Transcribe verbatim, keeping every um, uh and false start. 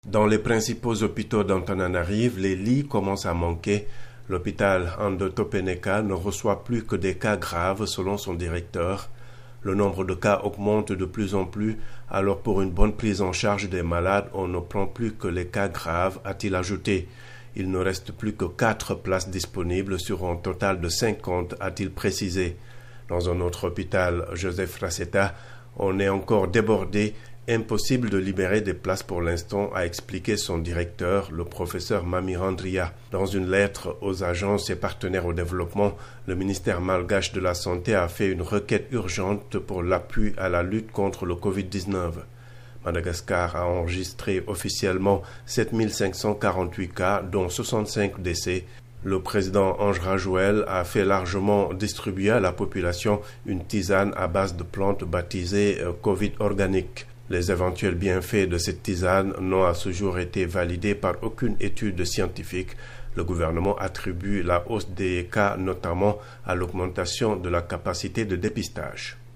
Dans les principaux hôpitaux d'Antananarive, les lits commencent à manquer. L'hôpital Ando-Topeneka ne reçoit plus que des cas graves selon son directeur. Le nombre de cas augmente de plus en plus, alors pour une bonne prise en charge des malades, on ne prend plus que les cas graves, a-t-il ajouté. Il ne reste plus que quatre places disponibles sur un total de cinquante, a-t-il précisé. Dans un autre hôpital, Joseph Raceta, on est encore débordé. Impossible de libérer des places pour l'instant, a expliqué son directeur, le professeur Mamirandria. Dans une lettre aux agences et partenaires au développement, le ministère malgache de la Santé a fait une requête urgente pour l'appui à la lutte contre le covid dix-neuf. Madagascar a enregistré officiellement sept mille cinq cent quarante-huit cas, dont soixante-cinq décès. Le président Ange Rajouel a fait largement distribuer à la population une tisane à base de plantes baptisée Covid organique. Les éventuels bienfaits de cette tisane n'ont à ce jour été validés par aucune étude scientifique. Le gouvernement attribue la hausse des cas notamment à l'augmentation de la capacité de dépistage.